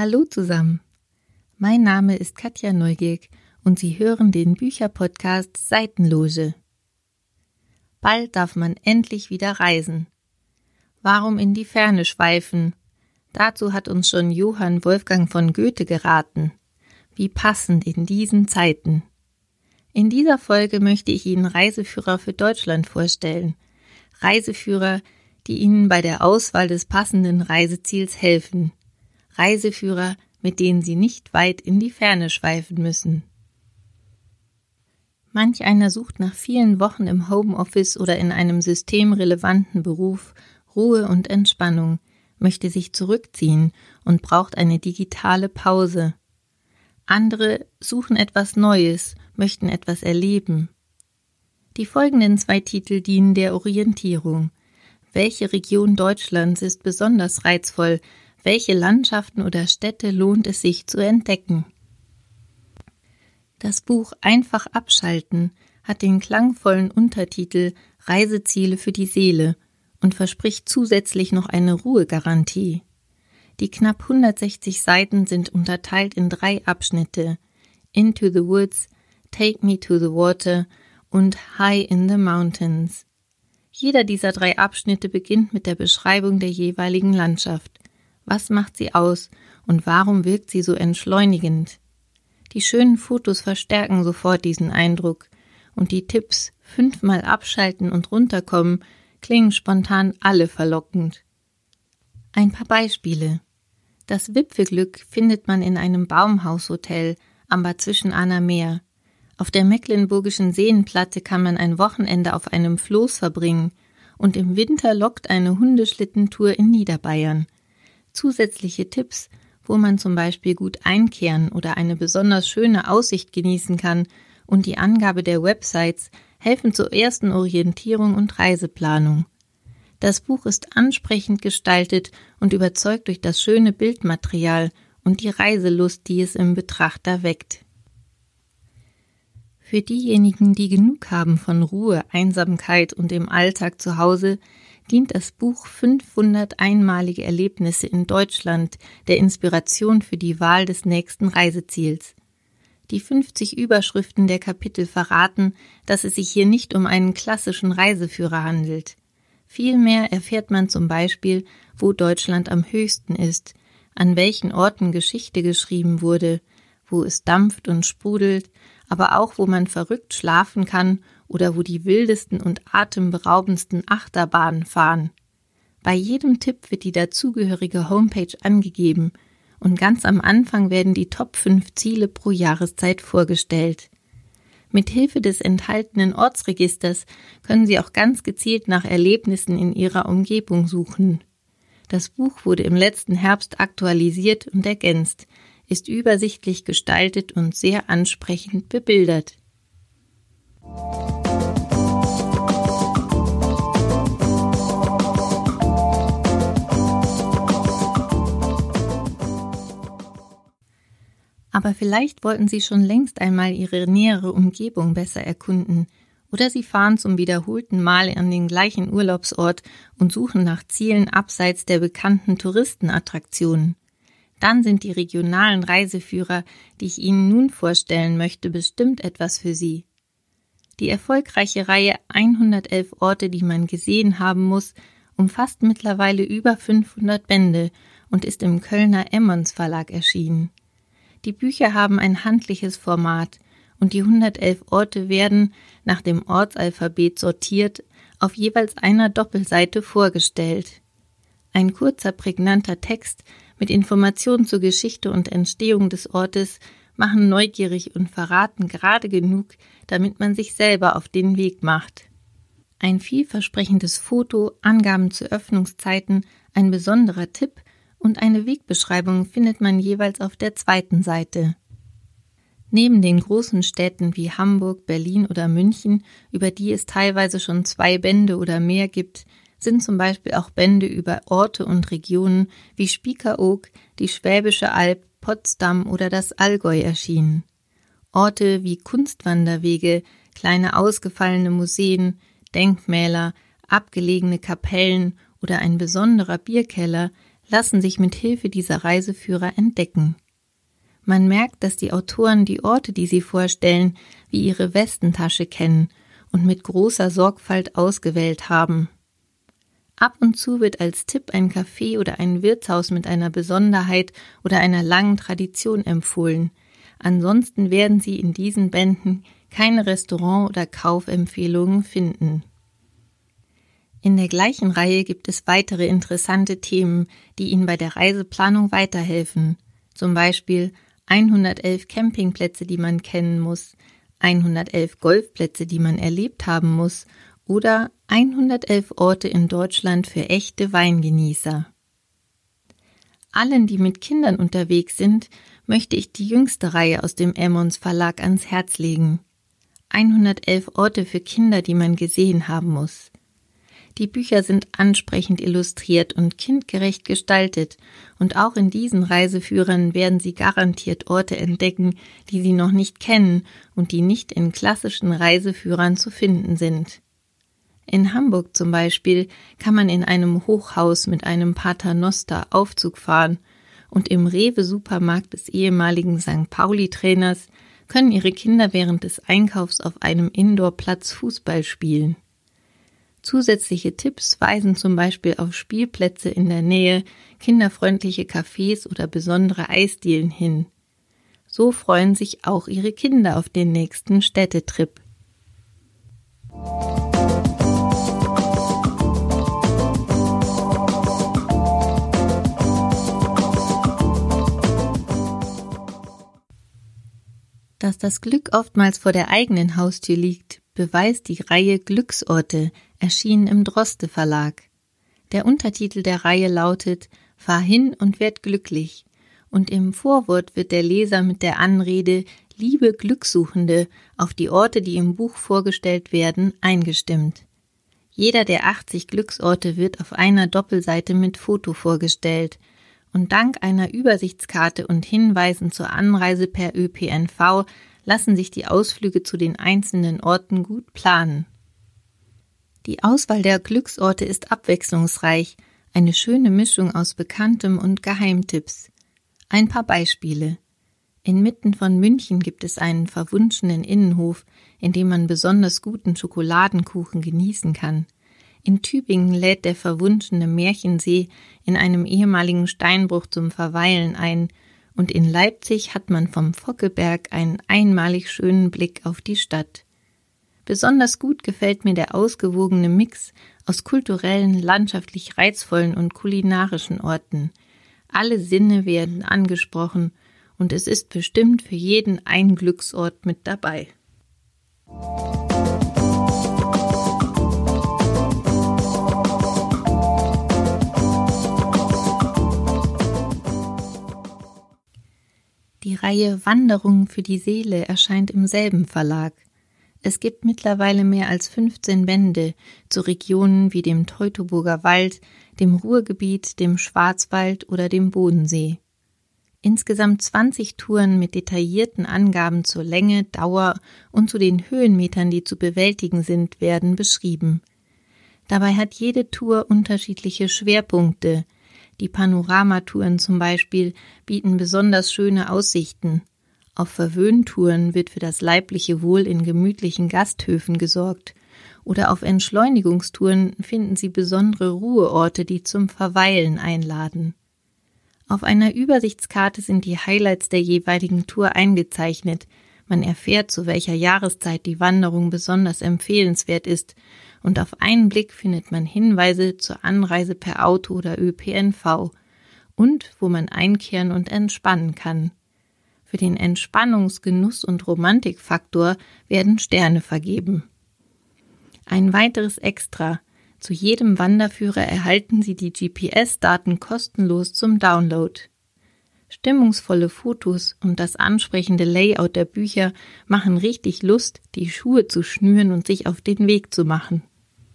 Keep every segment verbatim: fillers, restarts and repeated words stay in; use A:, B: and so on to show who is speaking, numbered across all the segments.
A: Hallo zusammen, mein Name ist Katja Neugierk und Sie hören den Bücherpodcast Seitenloge. Bald darf man endlich wieder reisen. Warum in die Ferne schweifen? Dazu hat uns schon Johann Wolfgang von Goethe geraten. Wie passend in diesen Zeiten. In dieser Folge möchte ich Ihnen Reiseführer für Deutschland vorstellen. Reiseführer, die Ihnen bei der Auswahl des passenden Reiseziels helfen. Reiseführer, mit denen Sie nicht weit in die Ferne schweifen müssen. Manch einer sucht nach vielen Wochen im Homeoffice oder in einem systemrelevanten Beruf Ruhe und Entspannung, möchte sich zurückziehen und braucht eine digitale Pause. Andere suchen etwas Neues, möchten etwas erleben. Die folgenden zwei Titel dienen der Orientierung. Welche Region Deutschlands ist besonders reizvoll? Welche Landschaften oder Städte lohnt es sich zu entdecken? Das Buch Einfach abschalten hat den klangvollen Untertitel Reiseziele für die Seele und verspricht zusätzlich noch eine Ruhegarantie. Die knapp hundertsechzig Seiten sind unterteilt in drei Abschnitte: Into the Woods, Take Me to the Water und High in the Mountains. Jeder dieser drei Abschnitte beginnt mit der Beschreibung der jeweiligen Landschaft. Was macht sie aus und warum wirkt sie so entschleunigend? Die schönen Fotos verstärken sofort diesen Eindruck und die Tipps, fünfmal abschalten und runterkommen, klingen spontan alle verlockend. Ein paar Beispiele. Das Wipfelglück findet man in einem Baumhaushotel am Bad Zwischenahner Meer. Auf der Mecklenburgischen Seenplatte kann man ein Wochenende auf einem Floß verbringen und im Winter lockt eine Hundeschlittentour in Niederbayern. Zusätzliche Tipps, wo man zum Beispiel gut einkehren oder eine besonders schöne Aussicht genießen kann, und die Angabe der Websites helfen zur ersten Orientierung und Reiseplanung. Das Buch ist ansprechend gestaltet und überzeugt durch das schöne Bildmaterial und die Reiselust, die es im Betrachter weckt. Für diejenigen, die genug haben von Ruhe, Einsamkeit und dem Alltag zu Hause, dient das Buch fünfhundert einmalige Erlebnisse in Deutschland der Inspiration für die Wahl des nächsten Reiseziels. Die fünfzig Überschriften der Kapitel verraten, dass es sich hier nicht um einen klassischen Reiseführer handelt. Vielmehr erfährt man zum Beispiel, wo Deutschland am höchsten ist, an welchen Orten Geschichte geschrieben wurde, wo es dampft und sprudelt, aber auch wo man verrückt schlafen kann oder wo die wildesten und atemberaubendsten Achterbahnen fahren. Bei jedem Tipp wird die dazugehörige Homepage angegeben und ganz am Anfang werden die Top fünf Ziele pro Jahreszeit vorgestellt. Mit Hilfe des enthaltenen Ortsregisters können Sie auch ganz gezielt nach Erlebnissen in Ihrer Umgebung suchen. Das Buch wurde im letzten Herbst aktualisiert und ergänzt, ist übersichtlich gestaltet und sehr ansprechend bebildert. Aber vielleicht wollten Sie schon längst einmal Ihre nähere Umgebung besser erkunden oder Sie fahren zum wiederholten Mal an den gleichen Urlaubsort und suchen nach Zielen abseits der bekannten Touristenattraktionen. Dann sind die regionalen Reiseführer, die ich Ihnen nun vorstellen möchte, bestimmt etwas für Sie. Die erfolgreiche Reihe hundertelf Orte, die man gesehen haben muss, umfasst mittlerweile über fünfhundert Bände und ist im Kölner Emmons Verlag erschienen. Die Bücher haben ein handliches Format und die hundertelf Orte werden nach dem Ortsalphabet sortiert auf jeweils einer Doppelseite vorgestellt. Ein kurzer, prägnanter Text mit Informationen zur Geschichte und Entstehung des Ortes machen neugierig und verraten gerade genug, damit man sich selber auf den Weg macht. Ein vielversprechendes Foto, Angaben zu Öffnungszeiten, ein besonderer Tipp und eine Wegbeschreibung findet man jeweils auf der zweiten Seite. Neben den großen Städten wie Hamburg, Berlin oder München, über die es teilweise schon zwei Bände oder mehr gibt, sind zum Beispiel auch Bände über Orte und Regionen wie Spiekeroog, die Schwäbische Alb, Potsdam oder das Allgäu erschienen. Orte wie Kunstwanderwege, kleine ausgefallene Museen, Denkmäler, abgelegene Kapellen oder ein besonderer Bierkeller lassen sich mit Hilfe dieser Reiseführer entdecken. Man merkt, dass die Autoren die Orte, die sie vorstellen, wie ihre Westentasche kennen und mit großer Sorgfalt ausgewählt haben. Ab und zu wird als Tipp ein Café oder ein Wirtshaus mit einer Besonderheit oder einer langen Tradition empfohlen. Ansonsten werden Sie in diesen Bänden keine Restaurant- oder Kaufempfehlungen finden. In der gleichen Reihe gibt es weitere interessante Themen, die Ihnen bei der Reiseplanung weiterhelfen. Zum Beispiel hundertelf Campingplätze, die man kennen muss, hundertelf Golfplätze, die man erlebt haben muss oder hundertelf Orte in Deutschland für echte Weingenießer. Allen, die mit Kindern unterwegs sind, möchte ich die jüngste Reihe aus dem Emmons Verlag ans Herz legen. hundertelf Orte für Kinder, die man gesehen haben muss. Die Bücher sind ansprechend illustriert und kindgerecht gestaltet und auch in diesen Reiseführern werden Sie garantiert Orte entdecken, die Sie noch nicht kennen und die nicht in klassischen Reiseführern zu finden sind. In Hamburg zum Beispiel kann man in einem Hochhaus mit einem Paternoster Aufzug fahren und im Rewe-Supermarkt des ehemaligen Sankt Pauli-Trainers können Ihre Kinder während des Einkaufs auf einem Indoorplatz Fußball spielen. Zusätzliche Tipps weisen zum Beispiel auf Spielplätze in der Nähe, kinderfreundliche Cafés oder besondere Eisdielen hin. So freuen sich auch Ihre Kinder auf den nächsten Städtetrip. Dass das Glück oftmals vor der eigenen Haustür liegt, beweist die Reihe Glücksorte, erschienen im Droste Verlag. Der Untertitel der Reihe lautet »Fahr hin und werd glücklich« und im Vorwort wird der Leser mit der Anrede »Liebe Glückssuchende« auf die Orte, die im Buch vorgestellt werden, eingestimmt. Jeder der achtzig Glücksorte wird auf einer Doppelseite mit Foto vorgestellt und dank einer Übersichtskarte und Hinweisen zur Anreise per Ö P N V lassen sich die Ausflüge zu den einzelnen Orten gut planen. Die Auswahl der Glücksorte ist abwechslungsreich, eine schöne Mischung aus Bekanntem und Geheimtipps. Ein paar Beispiele. Inmitten von München gibt es einen verwunschenen Innenhof, in dem man besonders guten Schokoladenkuchen genießen kann. In Tübingen lädt der verwunschene Märchensee in einem ehemaligen Steinbruch zum Verweilen ein und in Leipzig hat man vom Voggelberg einen einmalig schönen Blick auf die Stadt. Besonders gut gefällt mir der ausgewogene Mix aus kulturellen, landschaftlich reizvollen und kulinarischen Orten. Alle Sinne werden angesprochen und es ist bestimmt für jeden ein Glücksort mit dabei. Die Reihe Wanderungen für die Seele erscheint im selben Verlag. Es gibt mittlerweile mehr als fünfzehn Bände zu Regionen wie dem Teutoburger Wald, dem Ruhrgebiet, dem Schwarzwald oder dem Bodensee. Insgesamt zwanzig Touren mit detaillierten Angaben zur Länge, Dauer und zu den Höhenmetern, die zu bewältigen sind, werden beschrieben. Dabei hat jede Tour unterschiedliche Schwerpunkte. Die Panoramatouren zum Beispiel bieten besonders schöne Aussichten. Auf Verwöhntouren wird für das leibliche Wohl in gemütlichen Gasthöfen gesorgt. Oder auf Entschleunigungstouren finden Sie besondere Ruheorte, die zum Verweilen einladen. Auf einer Übersichtskarte sind die Highlights der jeweiligen Tour eingezeichnet. Man erfährt, zu welcher Jahreszeit die Wanderung besonders empfehlenswert ist. Und auf einen Blick findet man Hinweise zur Anreise per Auto oder Ö P N V und wo man einkehren und entspannen kann. Für den Entspannungs-, Genuss- und Romantikfaktor werden Sterne vergeben. Ein weiteres Extra: Zu jedem Wanderführer erhalten Sie die G P S-Daten kostenlos zum Download. Stimmungsvolle Fotos und das ansprechende Layout der Bücher machen richtig Lust, die Schuhe zu schnüren und sich auf den Weg zu machen.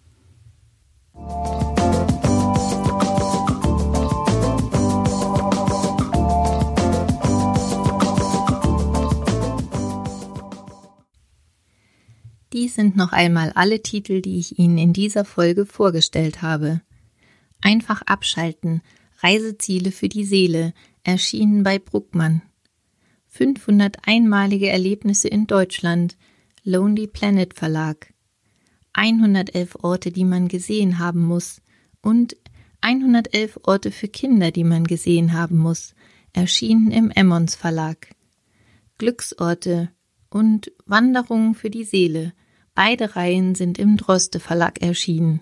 A: Dies sind noch einmal alle Titel, die ich Ihnen in dieser Folge vorgestellt habe. Einfach abschalten, Reiseziele für die Seele, erschienen bei Bruckmann. fünfhundert einmalige Erlebnisse in Deutschland, Lonely Planet Verlag. hundertelf Orte, die man gesehen haben muss und hundertelf Orte für Kinder, die man gesehen haben muss, erschienen im Emmons Verlag. Glücksorte und Wanderungen für die Seele, beide Reihen sind im Droste Verlag erschienen.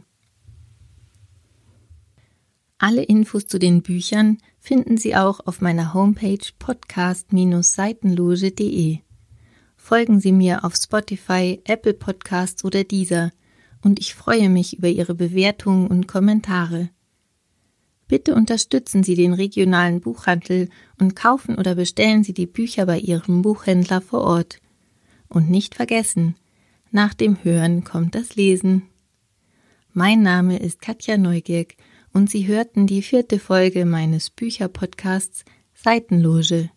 A: Alle Infos zu den Büchern finden Sie auch auf meiner Homepage podcast Bindestrich seitenloge Punkt de. Folgen Sie mir auf Spotify, Apple Podcasts oder Deezer und ich freue mich über Ihre Bewertungen und Kommentare. Bitte unterstützen Sie den regionalen Buchhandel und kaufen oder bestellen Sie die Bücher bei Ihrem Buchhändler vor Ort. Und nicht vergessen, nach dem Hören kommt das Lesen. Mein Name ist Katja Neugierk und Sie hörten die vierte Folge meines Bücherpodcasts Seitenloge.